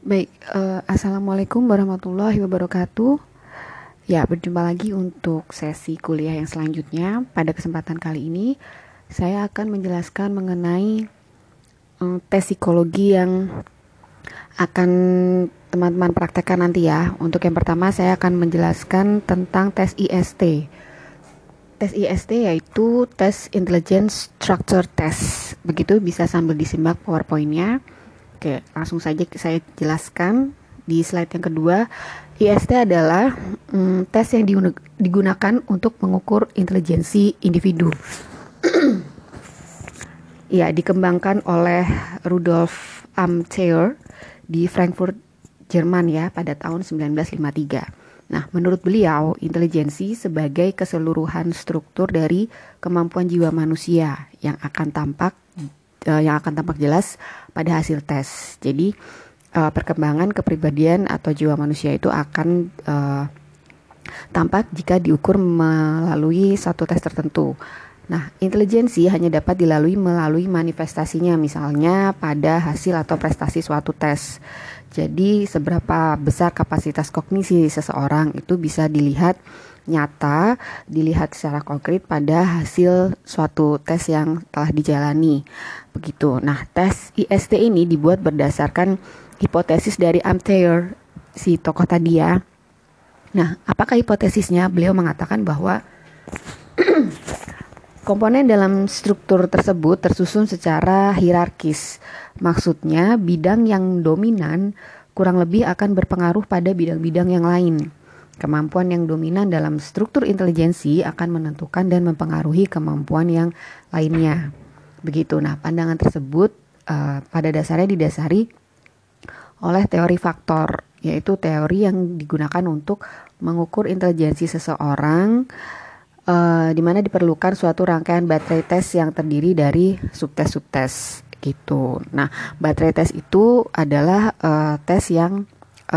Baik, Assalamualaikum warahmatullahi wabarakatuh. Ya, berjumpa lagi untuk sesi kuliah yang selanjutnya. Pada kesempatan kali ini, saya akan menjelaskan mengenai tes psikologi yang akan teman-teman praktekkan nanti ya. Untuk yang pertama, saya akan menjelaskan tentang tes IST. Tes IST yaitu Tes Intelligence Structure Test. Begitu, bisa sambil disimak PowerPoint-nya. Oke, langsung saja saya jelaskan di slide yang kedua. IST adalah tes yang digunakan untuk mengukur intelijensi individu. Ya, dikembangkan oleh Rudolf Amthor di Frankfurt, Jerman ya pada tahun 1953. Nah, menurut beliau, intelijensi sebagai keseluruhan struktur dari kemampuan jiwa manusia yang akan tampak jelas pada hasil tes. Jadi perkembangan kepribadian atau jiwa manusia itu akan tampak jika diukur melalui satu tes tertentu. Nah, intelijensi hanya dapat dilalui melalui manifestasinya, misalnya pada hasil atau prestasi suatu tes. Jadi, seberapa besar kapasitas kognisi seseorang itu bisa dilihat nyata, dilihat secara konkret pada hasil suatu tes yang telah dijalani. Begitu. Nah, tes IST ini dibuat berdasarkan hipotesis dari Amthor, si tokoh tadi ya. Nah, apakah hipotesisnya? Beliau mengatakan bahwa komponen dalam struktur tersebut tersusun secara hierarkis. Maksudnya, bidang yang dominan kurang lebih akan berpengaruh pada bidang-bidang yang lain. Kemampuan yang dominan dalam struktur intelijensi akan menentukan dan mempengaruhi kemampuan yang lainnya. Begitu. Nah, pandangan tersebut pada dasarnya didasari oleh teori faktor, yaitu teori yang digunakan untuk mengukur intelijensi seseorang, di mana diperlukan suatu rangkaian baterai tes yang terdiri dari subtes gitu. Nah, baterai tes itu adalah tes yang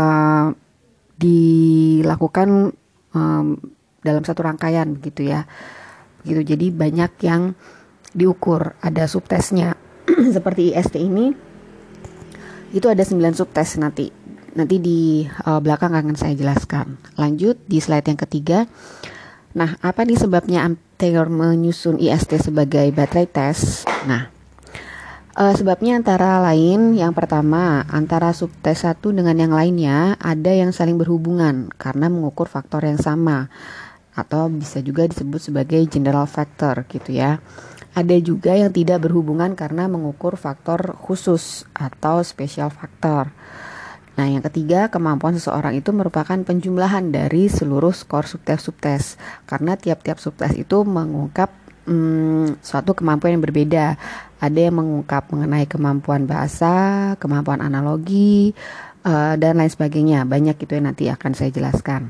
dilakukan dalam satu rangkaian begitu ya. Begitu. Jadi banyak yang diukur, ada subtesnya. Seperti IST ini itu ada 9 subtes nanti di belakang akan saya jelaskan. Lanjut di slide yang ketiga. Nah, apa nih sebabnya Amthor menyusun IST sebagai baterai tes? Nah, sebabnya antara lain, yang pertama, antara subtes satu dengan yang lainnya ada yang saling berhubungan karena mengukur faktor yang sama, atau bisa juga disebut sebagai general factor gitu ya. Ada juga yang tidak berhubungan karena mengukur faktor khusus atau special factor. Nah, yang ketiga, kemampuan seseorang itu merupakan penjumlahan dari seluruh skor subtes-subtes. Karena tiap-tiap subtes itu mengungkap suatu kemampuan yang berbeda. Ada yang mengungkap mengenai kemampuan bahasa, kemampuan analogi, dan lain sebagainya. Banyak itu yang nanti akan saya jelaskan.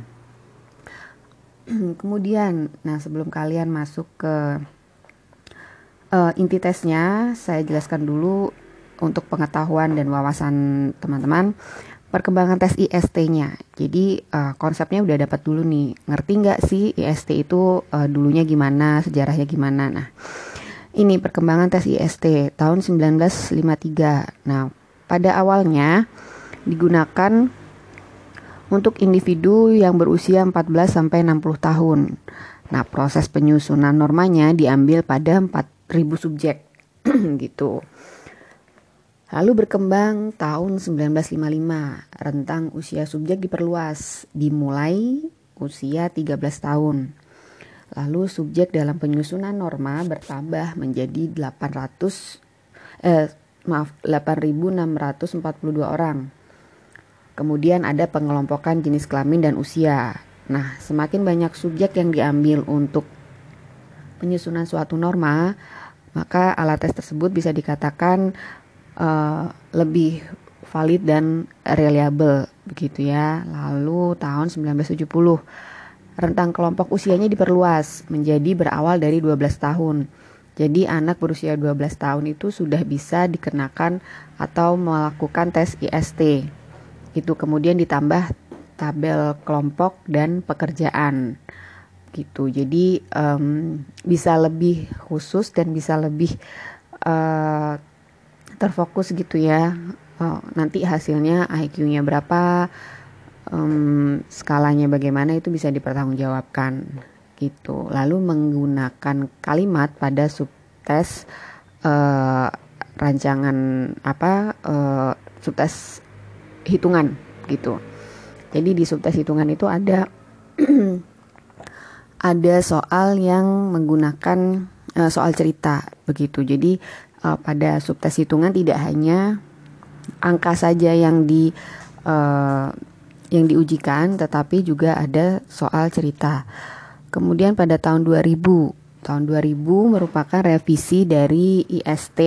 Kemudian, nah sebelum kalian masuk ke inti tesnya, saya jelaskan dulu untuk pengetahuan dan wawasan teman-teman perkembangan tes IST-nya. Jadi konsepnya udah dapat dulu nih. Ngerti nggak sih IST itu dulunya gimana, sejarahnya gimana? Nah, ini perkembangan tes IST tahun 1953. Nah, pada awalnya digunakan untuk individu yang berusia 14 sampai 60 tahun. Nah, proses penyusunan normanya diambil pada 4.000 subjek gitu. Lalu berkembang tahun 1955, rentang usia subjek diperluas, dimulai usia 13 tahun. Lalu subjek dalam penyusunan norma bertambah menjadi 8.642 orang. Kemudian ada pengelompokan jenis kelamin dan usia. Nah, semakin banyak subjek yang diambil untuk penyusunan suatu norma, maka alat tes tersebut bisa dikatakan lebih valid dan reliable begitu ya. Lalu tahun 1970 rentang kelompok usianya diperluas menjadi berawal dari 12 tahun. Jadi anak berusia 12 tahun itu sudah bisa dikenakan atau melakukan tes IST. Itu kemudian ditambah tabel kelompok dan pekerjaan gitu. Jadi bisa lebih khusus dan bisa lebih terfokus gitu ya nanti hasilnya IQ-nya berapa, skalanya bagaimana, itu bisa dipertanggungjawabkan gitu. Lalu menggunakan kalimat pada subtes rancangan subtes hitungan gitu. Jadi di subtes hitungan itu ada ada soal yang menggunakan soal cerita begitu. Jadi pada subtes hitungan tidak hanya angka saja yang diujikan, tetapi juga ada soal cerita. Kemudian pada tahun 2000 merupakan revisi dari IST,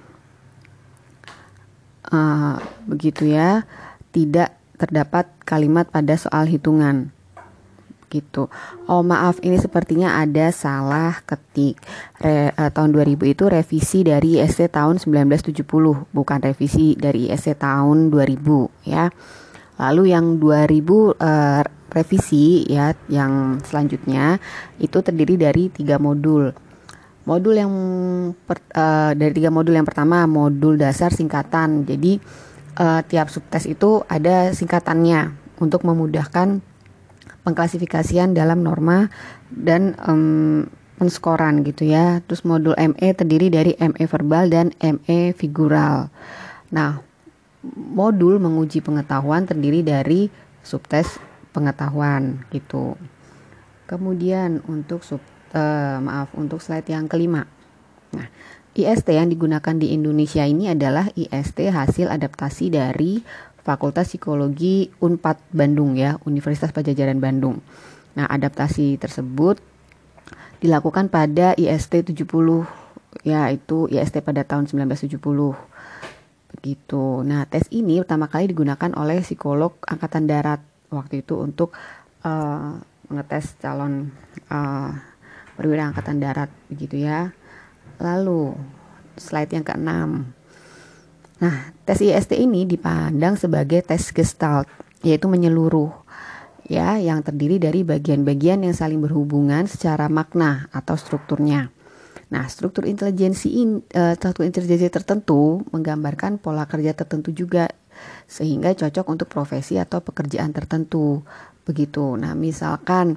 begitu ya. Tidak terdapat kalimat pada soal hitungan gitu. Oh maaf, ini sepertinya ada salah ketik. Tahun 2000 itu revisi dari IST tahun 1970, bukan revisi dari IST tahun 2000 ya. Lalu yang 2000 revisi ya, yang selanjutnya itu terdiri dari 3 modul. Modul yang dari 3 modul, yang pertama modul dasar singkatan. Jadi tiap subtes itu ada singkatannya untuk memudahkan pengklasifikasian dalam norma dan penskoran gitu ya. Terus modul ME terdiri dari ME verbal dan ME figural. Nah, modul menguji pengetahuan terdiri dari subtes pengetahuan gitu. Kemudian untuk untuk slide yang kelima. Nah, IST yang digunakan di Indonesia ini adalah IST hasil adaptasi dari Fakultas Psikologi Unpad Bandung ya, Universitas Padjadjaran Bandung. Nah, adaptasi tersebut dilakukan pada IST 70, yaitu IST pada tahun 1970. Begitu. Nah, tes ini pertama kali digunakan oleh psikolog Angkatan Darat waktu itu untuk mengetes calon perwira Angkatan Darat begitu ya. Lalu slide yang keenam. Nah, tes IST ini dipandang sebagai tes Gestalt, yaitu menyeluruh ya, yang terdiri dari bagian-bagian yang saling berhubungan secara makna atau strukturnya. Nah, struktur intelijensi tertentu menggambarkan pola kerja tertentu juga, sehingga cocok untuk profesi atau pekerjaan tertentu. Begitu. Nah, misalkan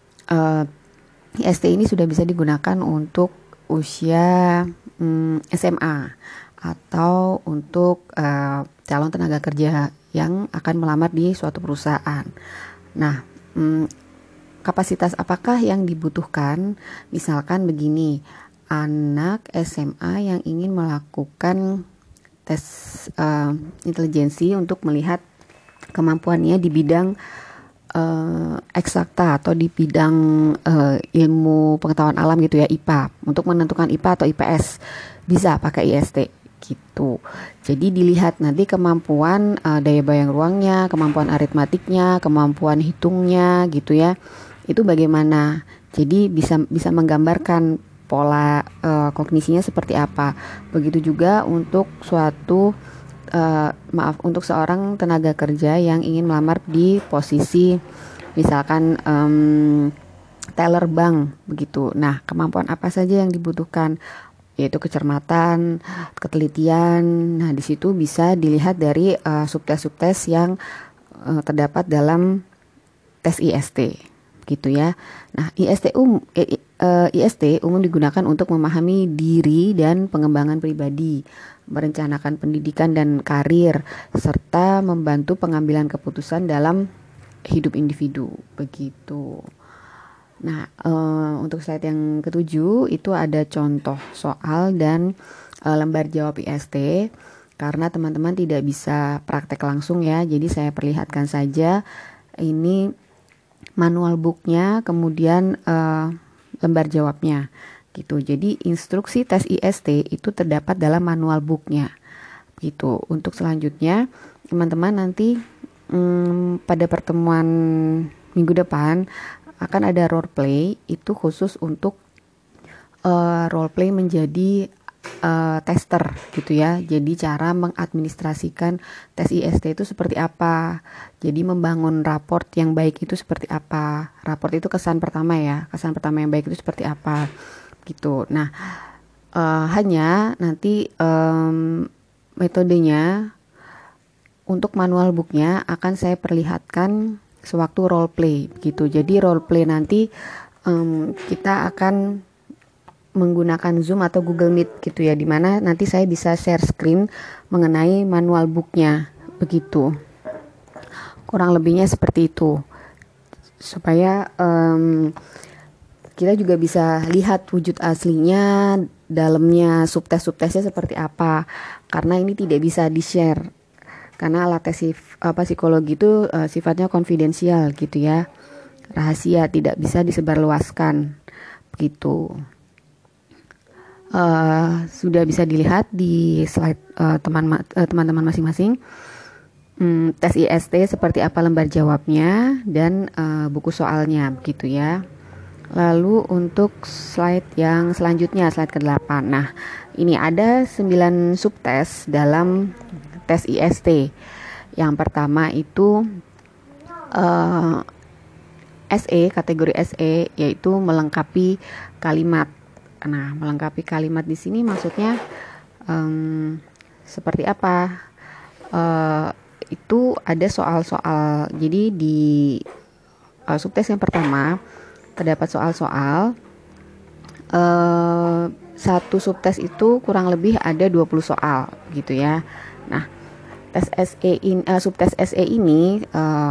IST ini sudah bisa digunakan untuk usia SMA atau untuk calon tenaga kerja yang akan melamar di suatu perusahaan. Nah, kapasitas apakah yang dibutuhkan? Misalkan begini, anak SMA yang ingin melakukan tes intelijensi untuk melihat kemampuannya di bidang eksakta atau di bidang ilmu pengetahuan alam gitu ya, IPA, untuk menentukan IPA atau IPS, bisa pakai IST gitu. Jadi dilihat nanti kemampuan daya bayang ruangnya, kemampuan aritmatiknya, kemampuan hitungnya gitu ya. Itu bagaimana? Jadi bisa menggambarkan pola kognisinya seperti apa. Begitu juga untuk untuk seorang tenaga kerja yang ingin melamar di posisi misalkan teller bank begitu. Nah, kemampuan apa saja yang dibutuhkan? Yaitu kecermatan, ketelitian. Nah, di situ bisa dilihat dari subtes-subtes yang terdapat dalam tes IST gitu ya. Nah, IST umum digunakan untuk memahami diri dan pengembangan pribadi, merencanakan pendidikan dan karir, serta membantu pengambilan keputusan dalam hidup individu begitu. Nah, untuk slide yang ketujuh itu ada contoh soal dan lembar jawab IST. Karena teman-teman tidak bisa praktek langsung ya, jadi saya perlihatkan saja. Ini manual booknya, kemudian lembar jawabnya gitu. Jadi instruksi tes IST itu terdapat dalam manual booknya gitu. Untuk selanjutnya teman-teman nanti pada pertemuan minggu depan akan ada role play, itu khusus untuk role play menjadi tester gitu ya. Jadi cara mengadministrasikan tes IST itu seperti apa. Jadi membangun raport yang baik itu seperti apa. Raport itu kesan pertama ya. Kesan pertama yang baik itu seperti apa gitu. Nah, hanya nanti metodenya untuk manual booknya akan saya perlihatkan sewaktu role play gitu. Jadi role play nanti kita akan menggunakan Zoom atau Google Meet gitu ya, dimana nanti saya bisa share screen mengenai manual booknya begitu. Kurang lebihnya seperti itu, supaya kita juga bisa lihat wujud aslinya, dalamnya subtes-subtesnya seperti apa, karena ini tidak bisa di-share karena alat tes psikologi itu sifatnya konfidensial gitu ya, rahasia, tidak bisa disebarluaskan begitu. Sudah bisa dilihat di slide teman-teman masing-masing, tes IST seperti apa lembar jawabnya dan buku soalnya begitu ya. Lalu untuk slide yang selanjutnya, slide ke-8. Nah, ini ada 9 subtes dalam tes IST. Yang pertama itu SE, kategori SE, yaitu melengkapi kalimat. Nah, melengkapi kalimat di sini maksudnya seperti apa? Itu ada soal-soal. Jadi di subtes yang pertama terdapat soal-soal. Satu subtes itu kurang lebih ada 20 soal gitu ya. Nah, tes SE subtes SE ini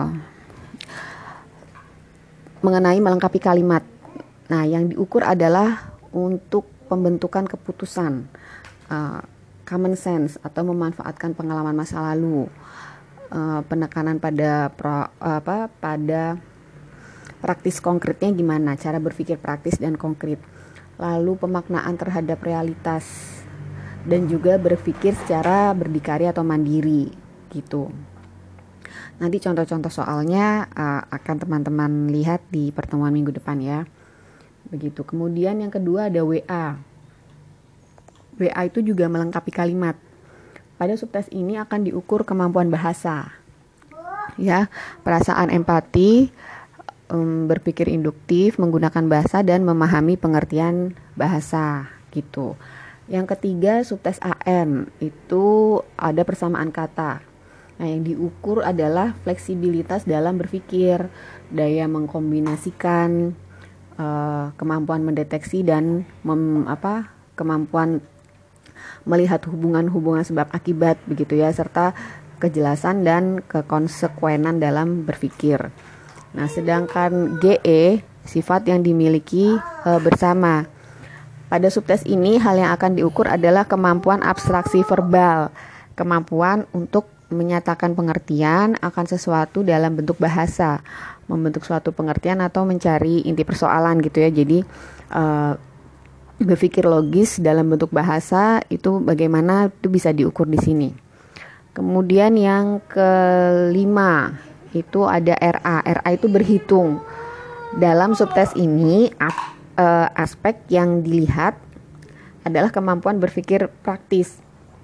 mengenai melengkapi kalimat. Nah, yang diukur adalah untuk pembentukan keputusan, common sense atau memanfaatkan pengalaman masa lalu, penekanan pada pada praktis konkretnya gimana, cara berpikir praktis dan konkret, lalu pemaknaan terhadap realitas, dan juga berpikir secara berdikari atau mandiri gitu. Nanti contoh-contoh soalnya akan teman-teman lihat di pertemuan minggu depan ya. Begitu. Kemudian yang kedua ada WA. WA itu juga melengkapi kalimat. Pada subtes ini akan diukur kemampuan bahasa. Ya, perasaan empati, berpikir induktif, menggunakan bahasa dan memahami pengertian bahasa gitu. Yang ketiga subtes AN itu ada persamaan kata. Nah, yang diukur adalah fleksibilitas dalam berpikir, daya mengkombinasikan, kemampuan mendeteksi dan kemampuan melihat hubungan-hubungan sebab akibat begitu ya, serta kejelasan dan kekonsekwenan dalam berpikir. Nah, sedangkan GE sifat yang dimiliki bersama. Pada subtes ini hal yang akan diukur adalah kemampuan abstraksi verbal, kemampuan untuk menyatakan pengertian akan sesuatu dalam bentuk bahasa, membentuk suatu pengertian atau mencari inti persoalan gitu ya. Jadi berpikir logis dalam bentuk bahasa itu bagaimana itu bisa diukur di sini. Kemudian yang kelima itu ada RA. RA itu berhitung. Dalam subtes ini aspek yang dilihat adalah kemampuan berpikir praktis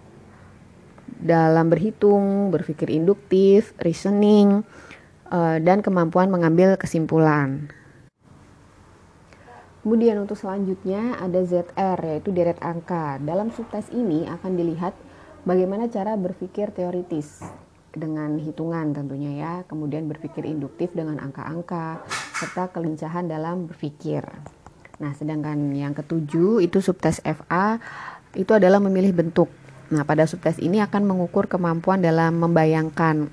dalam berhitung, berpikir induktif, reasoning, dan kemampuan mengambil kesimpulan. Kemudian untuk selanjutnya ada ZR, yaitu deret angka. Dalam subtes ini akan dilihat bagaimana cara berpikir teoritis dengan hitungan tentunya ya, kemudian berpikir induktif dengan angka-angka, serta kelincahan dalam berpikir. Nah, sedangkan yang ketujuh itu subtes FA, itu adalah memilih bentuk. Nah, pada subtes ini akan mengukur kemampuan dalam membayangkan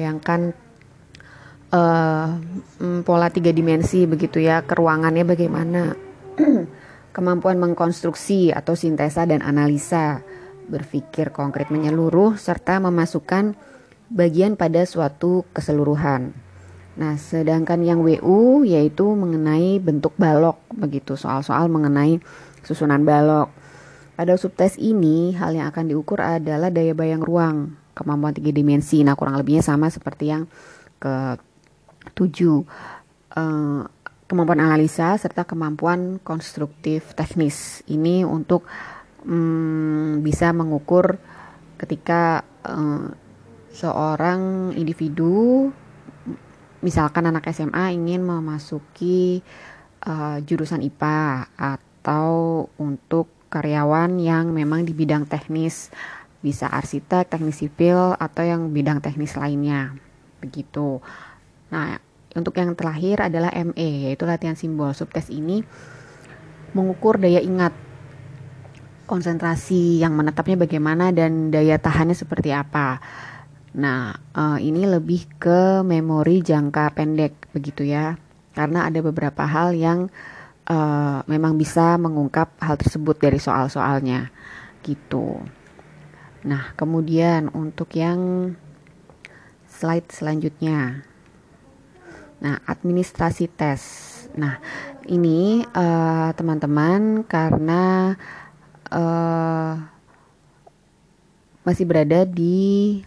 pola 3 dimensi begitu ya, keruangannya bagaimana, kemampuan mengkonstruksi atau sintesa dan analisa, berpikir konkret menyeluruh, serta memasukkan bagian pada suatu keseluruhan. Nah, sedangkan yang WU yaitu mengenai bentuk balok begitu, soal-soal mengenai susunan balok. Pada subtes ini hal yang akan diukur adalah daya bayang ruang, kemampuan 3 dimensi. Nah, kurang lebihnya sama seperti yang ke-7, kemampuan analisa serta kemampuan konstruktif teknis. Ini untuk bisa mengukur ketika seorang individu, misalkan anak SMA ingin memasuki jurusan IPA, atau untuk karyawan yang memang di bidang teknis bisa arsitek, teknik sipil, atau yang bidang teknis lainnya. Begitu. Nah, untuk yang terakhir adalah ME, yaitu latihan simbol. Subtes ini mengukur daya ingat, konsentrasi yang menetapnya bagaimana, dan daya tahannya seperti apa. Nah, ini lebih ke memori jangka pendek, begitu ya. Karena ada beberapa hal yang memang bisa mengungkap hal tersebut dari soal-soalnya, gitu. Nah, kemudian untuk yang slide selanjutnya. Nah, administrasi tes. Nah, ini teman-teman karena masih berada di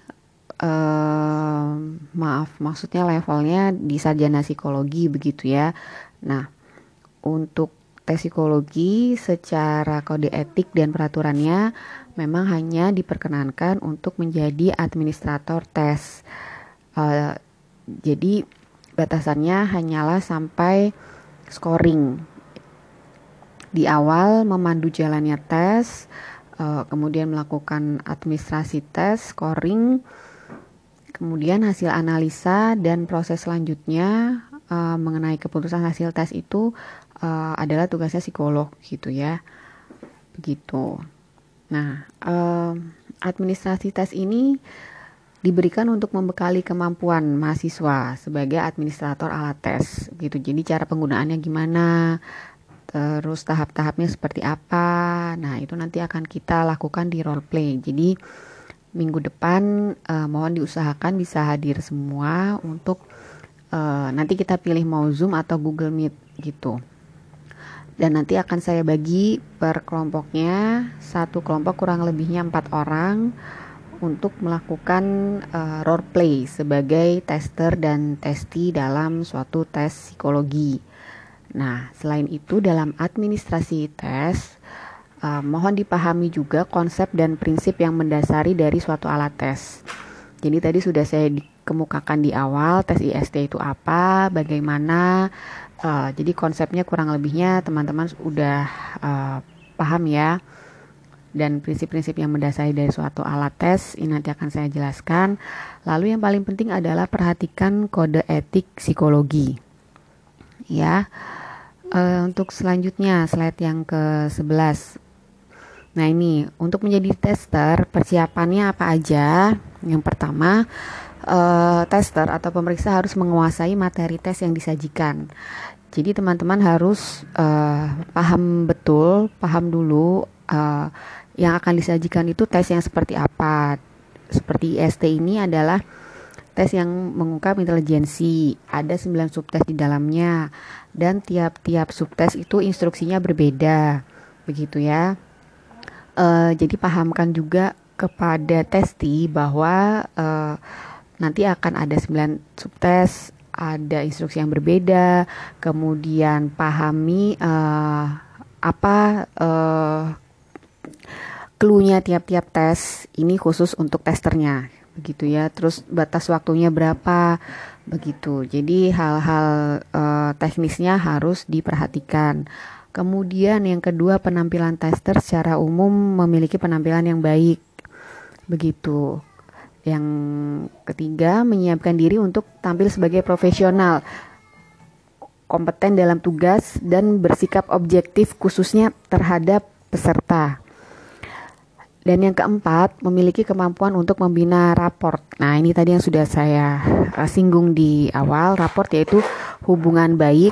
maksudnya levelnya di sarjana psikologi begitu ya. Nah, untuk tes psikologi secara kode etik dan peraturannya memang hanya diperkenankan untuk menjadi administrator tes. Jadi batasannya hanyalah sampai scoring. Di awal memandu jalannya tes, kemudian melakukan administrasi tes, scoring, kemudian hasil analisa dan proses selanjutnya mengenai keputusan hasil tes itu adalah tugasnya psikolog gitu ya. Begitu. Nah, administrasi tes ini diberikan untuk membekali kemampuan mahasiswa sebagai administrator alat tes gitu. Jadi cara penggunaannya gimana, terus tahap-tahapnya seperti apa. Nah, itu nanti akan kita lakukan di role play. Jadi minggu depan mohon diusahakan bisa hadir semua untuk nanti kita pilih mau Zoom atau Google Meet gitu. Dan nanti akan saya bagi per kelompoknya, satu kelompok kurang lebihnya 4 orang untuk melakukan role play sebagai tester dan testi dalam suatu tes psikologi. Nah, selain itu dalam administrasi tes, mohon dipahami juga konsep dan prinsip yang mendasari dari suatu alat tes. Jadi tadi sudah saya kemukakan di awal, tes IST itu apa, bagaimana. Jadi konsepnya kurang lebihnya teman-teman sudah paham ya. Dan prinsip-prinsip yang mendasari dari suatu alat tes ini nanti akan saya jelaskan. Lalu yang paling penting adalah perhatikan kode etik psikologi. Ya. Untuk selanjutnya slide yang ke-11. Nah, ini untuk menjadi tester persiapannya apa aja? Yang pertama, tester atau pemeriksa harus menguasai materi tes yang disajikan. Jadi teman-teman harus paham dulu yang akan disajikan itu tes yang seperti apa. Seperti IST ini adalah tes yang mengungkap intelijensi, ada 9 subtes di dalamnya, dan tiap-tiap subtes itu instruksinya berbeda, begitu ya. Jadi pahamkan juga kepada testi bahwa nanti akan ada 9 subtes, ada instruksi yang berbeda, kemudian pahami apa clue-nya tiap-tiap tes, ini khusus untuk testernya. Begitu ya, terus batas waktunya berapa, begitu. Jadi hal-hal teknisnya harus diperhatikan. Kemudian yang kedua, penampilan tester secara umum memiliki penampilan yang baik, begitu. Yang ketiga, menyiapkan diri untuk tampil sebagai profesional, kompeten dalam tugas dan bersikap objektif khususnya terhadap peserta. Dan yang keempat, memiliki kemampuan untuk membina raport. Nah, ini tadi yang sudah saya singgung di awal, raport yaitu hubungan baik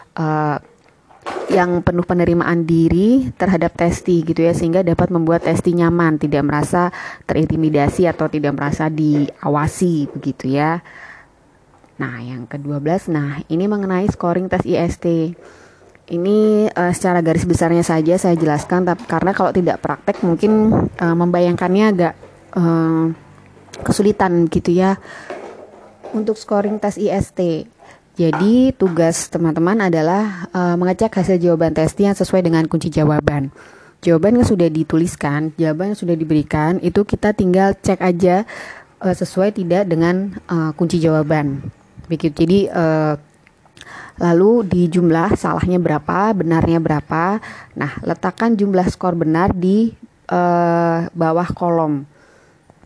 yang penuh penerimaan diri terhadap testi gitu ya, sehingga dapat membuat testi nyaman, tidak merasa terintimidasi atau tidak merasa diawasi begitu ya. Nah, yang ke-12, nah ini mengenai scoring tes IST. Ini secara garis besarnya saja saya jelaskan, karena kalau tidak praktek mungkin membayangkannya agak kesulitan gitu ya. Untuk scoring tes IST, jadi tugas teman-teman adalah mengecek hasil jawaban testi yang sesuai dengan kunci jawaban. Jawaban yang sudah dituliskan, jawaban yang sudah diberikan, itu kita tinggal cek aja sesuai tidak dengan kunci jawaban. Begitu. Jadi lalu di jumlah salahnya berapa, benarnya berapa. Nah, letakkan jumlah skor benar di bawah kolom.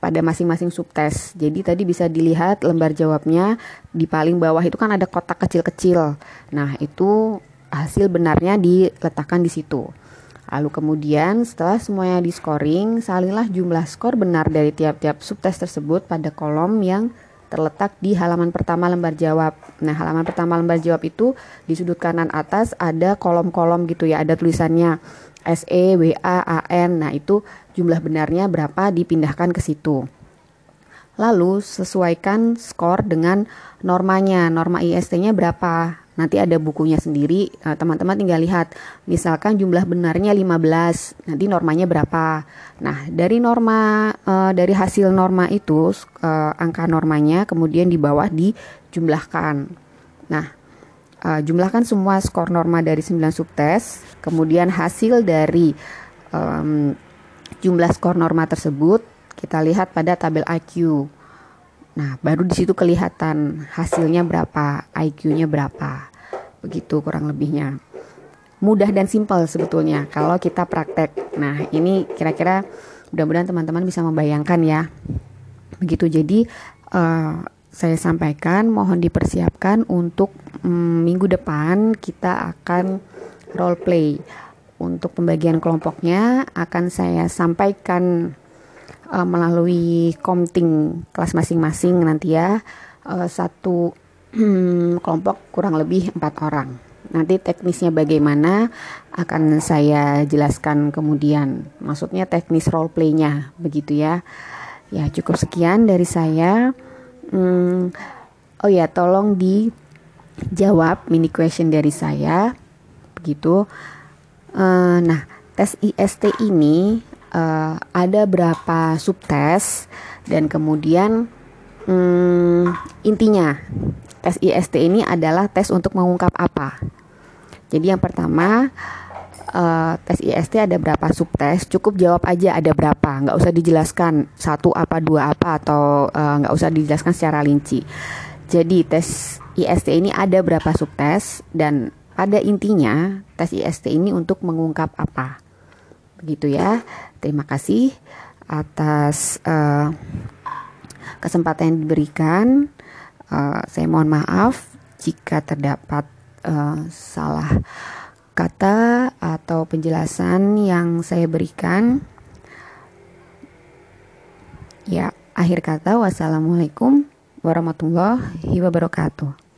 pada masing-masing subtes. Jadi tadi bisa dilihat lembar jawabnya di paling bawah itu kan ada kotak kecil-kecil. Nah, itu hasil benarnya diletakkan di situ. Lalu kemudian setelah semuanya di scoring, salinlah jumlah skor benar dari tiap-tiap subtes tersebut pada kolom yang terletak di halaman pertama lembar jawab. Nah, halaman pertama lembar jawab itu di sudut kanan atas ada kolom-kolom gitu ya, ada tulisannya SE, WA, AN. Nah, itu jumlah benarnya berapa dipindahkan ke situ. Lalu sesuaikan skor dengan normanya. Norma IST-nya berapa? Nanti ada bukunya sendiri, teman-teman tinggal lihat. Misalkan jumlah benarnya 15, nanti normanya berapa? Nah, dari norma dari hasil norma itu angka normanya kemudian di bawah dijumlahkan. Nah, jumlahkan semua skor norma dari 9 subtes, kemudian hasil dari jumlah skor norma tersebut kita lihat pada tabel IQ. Nah, baru di situ kelihatan hasilnya berapa, IQ-nya berapa. Begitu kurang lebihnya. Mudah dan simpel sebetulnya kalau kita praktek. Nah, ini kira-kira mudah-mudahan teman-teman bisa membayangkan ya. Begitu, jadi saya sampaikan, mohon dipersiapkan untuk minggu depan kita akan role play. Untuk pembagian kelompoknya akan saya sampaikan melalui komting kelas masing-masing nanti ya. Satu kelompok kurang lebih 4 orang. Nanti teknisnya bagaimana akan saya jelaskan kemudian. Maksudnya teknis role play-nya begitu ya. Ya, cukup sekian dari saya. Oh ya, tolong dijawab mini question dari saya. Begitu. Nah, tes IST ini ada berapa subtes dan kemudian intinya tes IST ini adalah tes untuk mengungkap apa. Jadi yang pertama, tes IST ada berapa subtes, cukup jawab aja ada berapa, nggak usah dijelaskan satu apa dua apa atau nggak usah dijelaskan secara rinci. Jadi tes IST ini ada berapa subtes dan pada intinya tes IST ini untuk mengungkap apa. Begitu ya. Terima kasih atas kesempatan yang diberikan. Saya mohon maaf jika terdapat salah kata atau penjelasan yang saya berikan. Ya, akhir kata, wassalamualaikum warahmatullahi wabarakatuh.